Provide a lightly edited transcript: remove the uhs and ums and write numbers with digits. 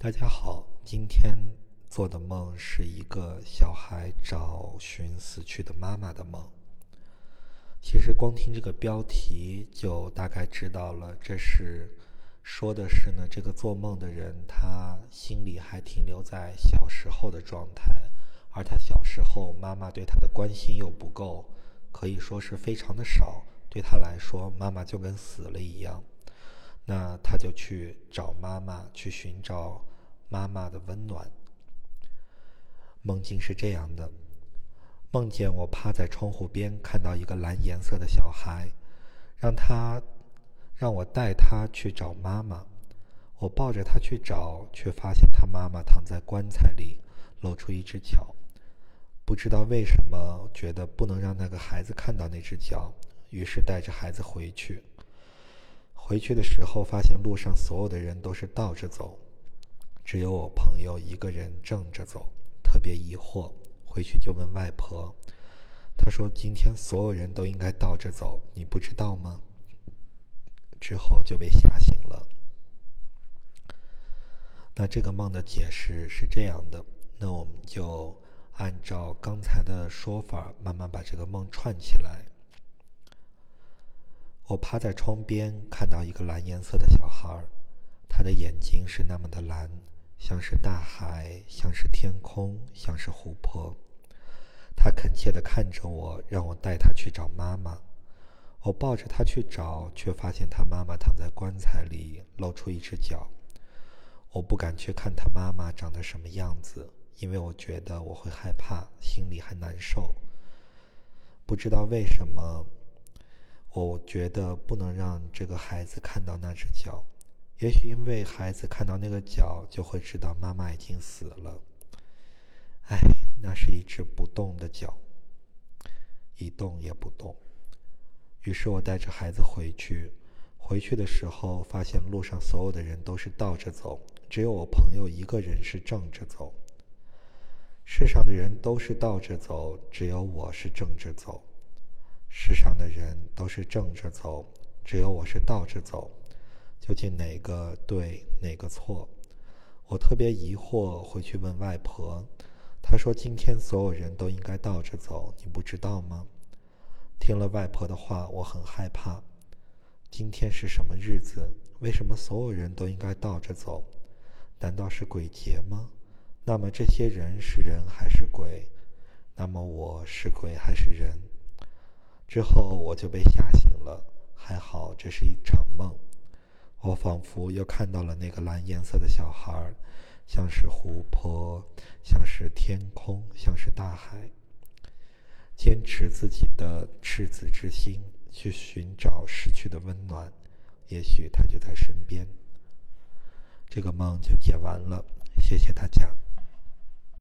大家好，今天做的梦是一个小孩找寻死去的妈妈的梦。其实光听这个标题就大概知道了，说的是呢，这个做梦的人他心里还停留在小时候的状态，而他小时候妈妈对他的关心又不够，可以说是非常的少，对他来说妈妈就跟死了一样。那他就去找妈妈，去寻找妈妈的温暖。梦境是这样的：梦见我趴在窗户边，看到一个蓝颜色的小孩，让我带他去找妈妈。我抱着他去找，却发现他妈妈躺在棺材里，露出一只脚。不知道为什么，觉得不能让那个孩子看到那只脚，于是带着孩子回去。回去的时候，发现路上所有的人都是倒着走，只有我朋友一个人正着走，特别疑惑。回去就问外婆，她说今天所有人都应该倒着走，你不知道吗？之后就被吓醒了。那这个梦的解释是这样的，那我们就按照刚才的说法，慢慢把这个梦串起来。我趴在窗边，看到一个蓝颜色的小孩，他的眼睛是那么的蓝，像是大海，像是天空，像是湖泊。他恳切地看着我，让我带他去找妈妈。我抱着他去找，却发现他妈妈躺在棺材里，露出一只脚。我不敢去看他妈妈长得什么样子，因为我觉得我会害怕，心里还难受。不知道为什么，我觉得不能让这个孩子看到那只脚，也许因为孩子看到那个脚就会知道妈妈已经死了。那是一只不动的脚，一动也不动。于是我带着孩子回去的时候，发现路上所有的人都是倒着走，只有我朋友一个人是正着走。世上的人都是倒着走，只有我是正着走。世上的人都是正着走，只有我是倒着走。究竟哪个对，哪个错？我特别疑惑，回去问外婆，她说今天所有人都应该倒着走，你不知道吗？听了外婆的话，我很害怕。今天是什么日子？为什么所有人都应该倒着走？难道是鬼节吗？那么这些人是人还是鬼？那么我是鬼还是人？之后我就被吓醒了，还好这是一场梦。我仿佛又看到了那个蓝颜色的小孩，像是湖泊，像是天空，像是大海。坚持自己的赤子之心，去寻找失去的温暖，也许他就在身边。这个梦就解完了，谢谢大家。